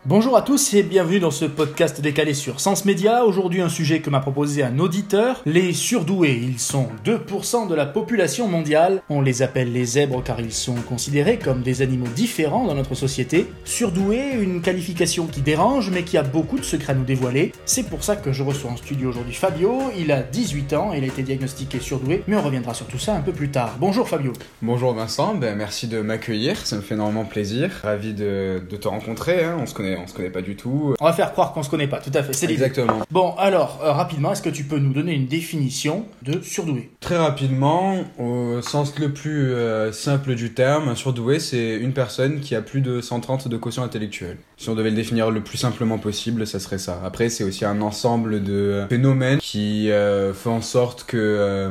Bonjour à tous et bienvenue dans ce podcast décalé sur Sens Média. Aujourd'hui un sujet que m'a proposé un auditeur, les surdoués. Ils sont 2% de la population mondiale. On les appelle les zèbres car ils sont considérés comme des animaux différents dans notre société. Surdoué, une qualification qui dérange mais qui a beaucoup de secrets à nous dévoiler. C'est pour ça que je reçois en studio aujourd'hui Fabio. Il a 18 ans et il a été diagnostiqué surdoué, mais on reviendra sur tout ça un peu plus tard. Bonjour Fabio. Bonjour Vincent, merci de m'accueillir, ça me fait énormément plaisir. Ravi de te rencontrer, on se connaît pas du tout. On va faire croire qu'on se connaît pas, tout à fait, c'est l'idée. Exactement. Bon, alors, rapidement, est-ce que tu peux nous donner une définition de surdoué ? Très rapidement, au sens le plus simple du terme, un surdoué, c'est une personne qui a plus de 130 de quotient intellectuel. Si on devait le définir le plus simplement possible, ça serait ça. Après, c'est aussi un ensemble de phénomènes qui fait en sorte que...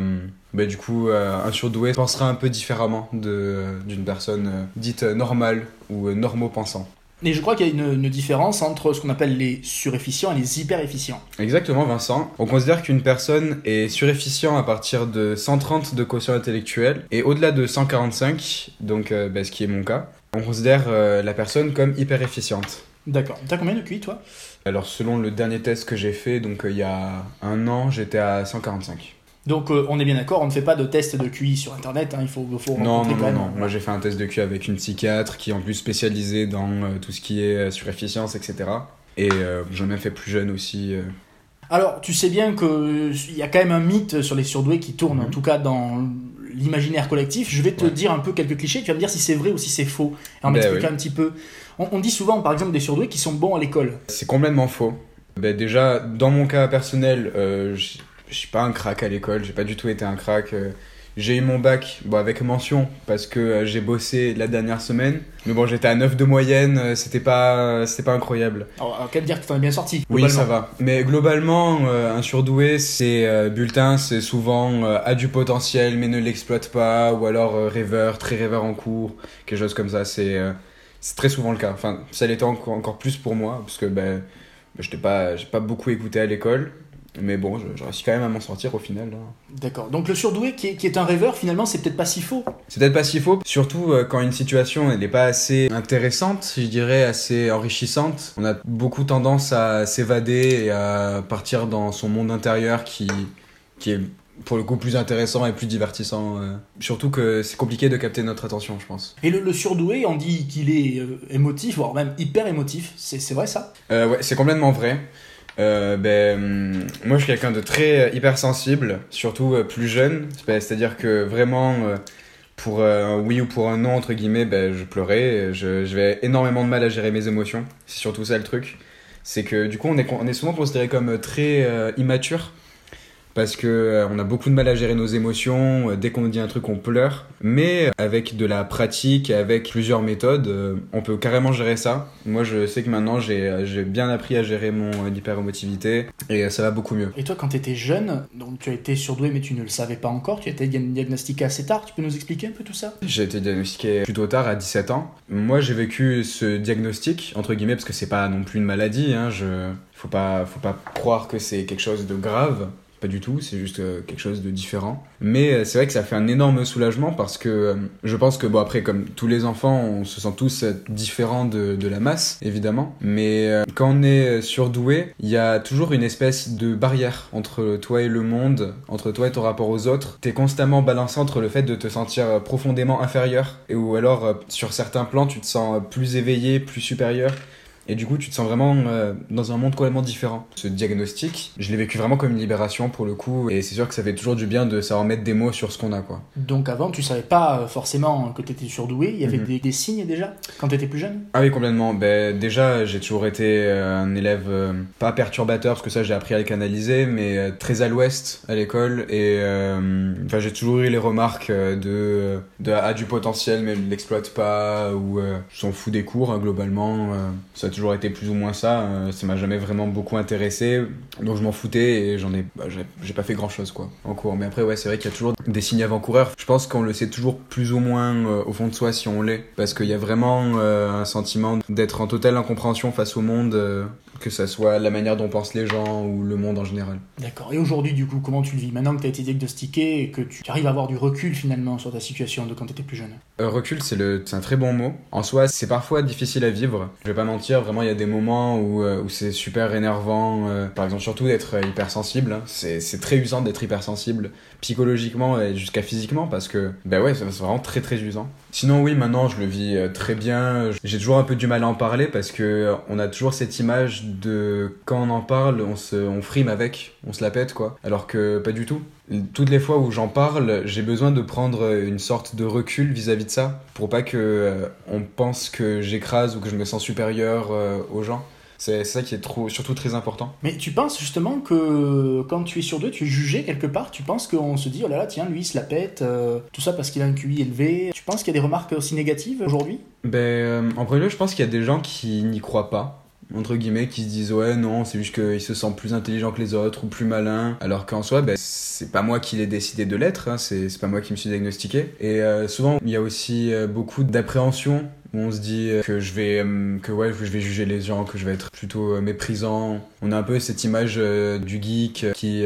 un surdoué pensera un peu différemment d'une personne dite normale ou normopensant. Et je crois qu'il y a une différence entre ce qu'on appelle les surefficients et les hyper-efficients. Exactement, Vincent. On considère qu'une personne est surefficient à partir de 130 de quotient intellectuel et au-delà de 145, donc ce qui est mon cas, on considère la personne comme hyper-efficiente. D'accord. T'as combien de QI, toi ? Alors, selon le dernier test que j'ai fait, il y a un an, j'étais à 145. Donc on est bien d'accord, on ne fait pas de test de QI sur internet, il faut Non. Moi j'ai fait un test de QI avec une psychiatre qui est en plus spécialisée dans tout ce qui est surefficience, etc. Et j'en ai fait plus jeune aussi. Alors tu sais bien qu'il y a quand même un mythe sur les surdoués qui tourne, en tout cas dans l'imaginaire collectif. Je vais te dire un peu quelques clichés, tu vas me dire si c'est vrai ou si c'est faux. Et en m'expliquant un petit peu. On dit souvent par exemple des surdoués qui sont bons à l'école. C'est complètement faux. Déjà, dans mon cas personnel, je suis pas un crack à l'école, j'ai pas du tout été un crack. J'ai eu mon bac avec mention parce que j'ai bossé la dernière semaine. Mais bon, j'étais à 9 de moyenne, c'était pas incroyable. Alors, qu'à dire que t'en es bien sorti. Oui, ça va. Mais globalement, un surdoué, c'est bulletin, c'est souvent a du potentiel mais ne l'exploite pas, ou alors rêveur, très rêveur en cours, quelque chose comme ça. C'est très souvent le cas. Enfin, ça l'était encore plus pour moi parce que j'ai pas beaucoup écouté à l'école. Mais bon, je réussis quand même à m'en sortir au final. Là. D'accord. Donc le surdoué qui est un rêveur, finalement, c'est peut-être pas si faux. C'est peut-être pas si faux, surtout quand une situation elle n'est pas assez intéressante, je dirais assez enrichissante. On a beaucoup tendance à s'évader et à partir dans son monde intérieur qui est pour le coup plus intéressant et plus divertissant. Surtout que c'est compliqué de capter notre attention, je pense. Et le surdoué, on dit qu'il est émotif, voire même hyper émotif. C'est vrai ça ? Ouais, c'est complètement vrai. Moi je suis quelqu'un de très hypersensible, surtout plus jeune, c'est-à-dire que vraiment pour un oui ou pour un non entre guillemets, je pleurais, j'avais énormément de mal à gérer mes émotions, c'est surtout ça le truc, c'est que du coup on est souvent considéré comme très immature parce que on a beaucoup de mal à gérer nos émotions, dès qu'on dit un truc on pleure, mais avec de la pratique et avec plusieurs méthodes, on peut carrément gérer ça. Moi je sais que maintenant j'ai bien appris à gérer mon hyperémotivité et ça va beaucoup mieux. Et toi quand tu étais jeune, donc tu as été surdoué mais tu ne le savais pas encore, tu as été diagnostiqué assez tard, tu peux nous expliquer un peu tout ça ? J'ai été diagnostiqué plutôt tard, à 17 ans. Moi j'ai vécu ce diagnostic, entre guillemets, parce que c'est pas non plus une maladie, faut pas croire que c'est quelque chose de grave. Pas du tout, c'est juste quelque chose de différent. Mais c'est vrai que ça fait un énorme soulagement parce que je pense que, après, comme tous les enfants, on se sent tous différents de la masse, évidemment. Mais quand on est surdoué, il y a toujours une espèce de barrière entre toi et le monde, entre toi et ton rapport aux autres. T'es constamment balancé entre le fait de te sentir profondément inférieur, ou alors, sur certains plans, tu te sens plus éveillé, plus supérieur. Et du coup, tu te sens vraiment dans un monde complètement différent. Ce diagnostic, je l'ai vécu vraiment comme une libération pour le coup. Et c'est sûr que ça fait toujours du bien de savoir mettre des mots sur ce qu'on a, quoi. Donc avant, tu savais pas forcément que t'étais surdoué. Il y avait des signes déjà quand t'étais plus jeune ? Ah oui, complètement. Déjà, j'ai toujours été un élève pas perturbateur, parce que ça, j'ai appris à le canaliser, mais très à l'ouest à l'école. Et j'ai toujours eu les remarques de a du potentiel, mais ne l'exploite pas, ou s'en fout des cours, globalement. Ça a toujours été plus ou moins ça. Ça m'a jamais vraiment beaucoup intéressé, donc je m'en foutais et j'ai pas fait grand chose quoi en cours. Mais après c'est vrai qu'il y a toujours des signes avant-coureurs. Je pense qu'on le sait toujours plus ou moins au fond de soi si on l'est, parce qu'il y a vraiment un sentiment d'être en totale incompréhension face au monde que ça soit la manière dont pensent les gens ou le monde en général. D'accord. Et aujourd'hui, du coup, comment tu le vis maintenant que tu as été diagnostiqué et que tu arrives à avoir du recul finalement sur ta situation de quand tu étais plus jeune? Recul, c'est un très bon mot. En soi, c'est parfois difficile à vivre. Je vais pas mentir, vraiment, il y a des moments où c'est super énervant. Par exemple, surtout d'être hypersensible. Hein. C'est très usant d'être hypersensible, psychologiquement et jusqu'à physiquement, parce que, bah ouais, c'est vraiment très très usant. Sinon, oui, maintenant, je le vis très bien. J'ai toujours un peu du mal à en parler parce que on a toujours cette image de quand on en parle, on frime avec, on se la pète, quoi. Alors que pas du tout. Toutes les fois où j'en parle, j'ai besoin de prendre une sorte de recul vis-à-vis de ça pour pas que on pense que j'écrase ou que je me sens supérieur aux gens. C'est ça qui est surtout très important. Mais tu penses justement que quand tu es surdoué, tu es jugé quelque part? Tu penses qu'on se dit, oh là là, tiens, lui, il se la pète, tout ça parce qu'il a un QI élevé? Tu penses qu'il y a des remarques aussi négatives aujourd'hui? En premier lieu, je pense qu'il y a des gens qui n'y croient pas. Entre guillemets, qui se disent ouais non, c'est juste qu'il se sent plus intelligent que les autres ou plus malin, alors qu'en soi c'est pas moi qui l'ai décidé de l'être, hein, c'est pas moi qui me suis diagnostiqué. Et souvent il y a aussi beaucoup d'appréhension où on se dit que je vais juger les gens, que je vais être plutôt méprisant. On a un peu cette image du geek qui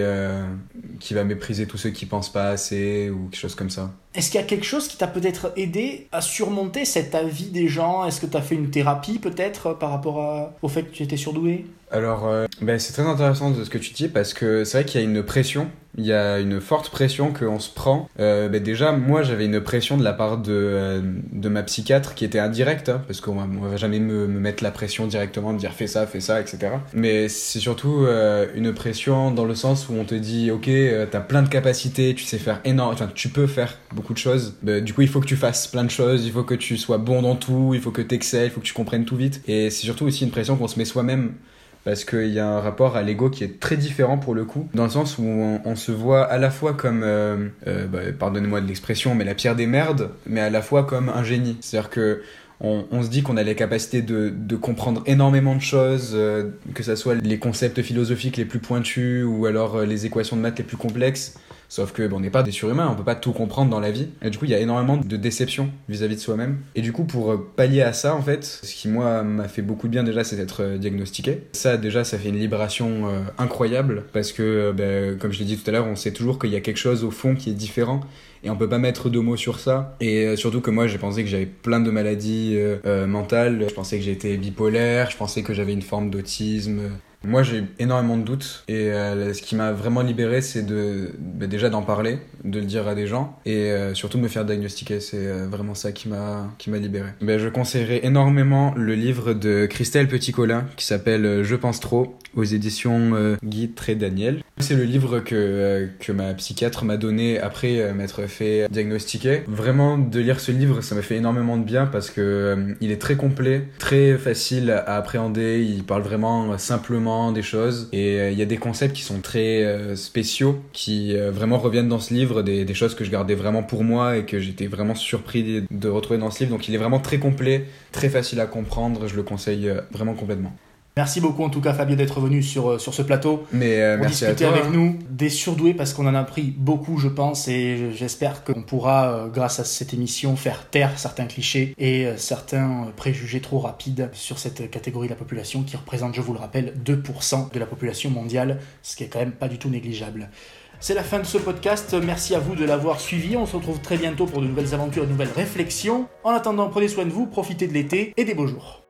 va mépriser tous ceux qui pensent pas assez ou quelque chose comme ça. Est-ce qu'il y a quelque chose qui t'a peut-être aidé à surmonter cet avis des gens? Est-ce que t'as fait une thérapie peut-être par rapport au fait que tu étais surdoué? Alors, c'est très intéressant de ce que tu dis parce que c'est vrai qu'il y a une pression, il y a une forte pression qu'on se prend. Déjà, moi, j'avais une pression de la part de ma psychiatre qui était indirecte, hein, parce qu'on va jamais me mettre la pression directement de dire fais ça, etc. Mais c'est surtout une pression dans le sens où on te dit ok, t'as plein de capacités, tu sais faire tu peux faire beaucoup de choses. Du coup, il faut que tu fasses plein de choses, il faut que tu sois bon dans tout, il faut que t'excelles, il faut que tu comprennes tout vite. Et c'est surtout aussi une pression qu'on se met soi-même. Parce qu'il y a un rapport à l'ego qui est très différent pour le coup, dans le sens où on se voit à la fois comme, pardonnez-moi de l'expression, mais la pire des merdes, mais à la fois comme un génie. C'est-à-dire que on se dit qu'on a les capacités de comprendre énormément de choses, que ça soit les concepts philosophiques les plus pointus ou alors les équations de maths les plus complexes. Sauf que on n'est pas des surhumains, on peut pas tout comprendre dans la vie. Et du coup, il y a énormément de déception vis-à-vis de soi-même. Et du coup, pour pallier à ça, en fait, ce qui moi m'a fait beaucoup de bien déjà, c'est d'être diagnostiqué. Ça, déjà, ça fait une libération incroyable parce que, comme je l'ai dit tout à l'heure, on sait toujours qu'il y a quelque chose au fond qui est différent. Et on peut pas mettre de mots sur ça. Et surtout que moi, j'ai pensé que j'avais plein de maladies mentales. Je pensais que j'étais bipolaire, je pensais que j'avais une forme d'autisme. Moi, j'ai eu énormément de doutes et ce qui m'a vraiment libéré, c'est déjà d'en parler, de le dire à des gens et surtout de me faire diagnostiquer. C'est vraiment ça qui m'a libéré. Je conseillerais énormément le livre de Christelle Petit-Colin qui s'appelle Je pense trop aux éditions Guy Daniel. C'est le livre que ma psychiatre m'a donné après m'être fait diagnostiquer. Vraiment, de lire ce livre, ça m'a fait énormément de bien parce que il est très complet, très facile à appréhender. Il parle vraiment simplement des choses et il y a des concepts qui sont très spéciaux qui vraiment reviennent dans ce livre, des choses que je gardais vraiment pour moi et que j'étais vraiment surpris de retrouver dans ce livre. Donc il est vraiment très complet, très facile à comprendre, je le conseille vraiment complètement. Merci beaucoup en tout cas Fabio d'être venu sur ce plateau pour merci discuter à toi, avec nous des surdoués parce qu'on en a appris beaucoup je pense et j'espère qu'on pourra grâce à cette émission faire taire certains clichés et certains préjugés trop rapides sur cette catégorie de la population qui représente, je vous le rappelle, 2% de la population mondiale, ce qui est quand même pas du tout négligeable. C'est la fin de ce podcast, merci à vous de l'avoir suivi, on se retrouve très bientôt pour de nouvelles aventures et de nouvelles réflexions. En attendant, prenez soin de vous, profitez de l'été et des beaux jours.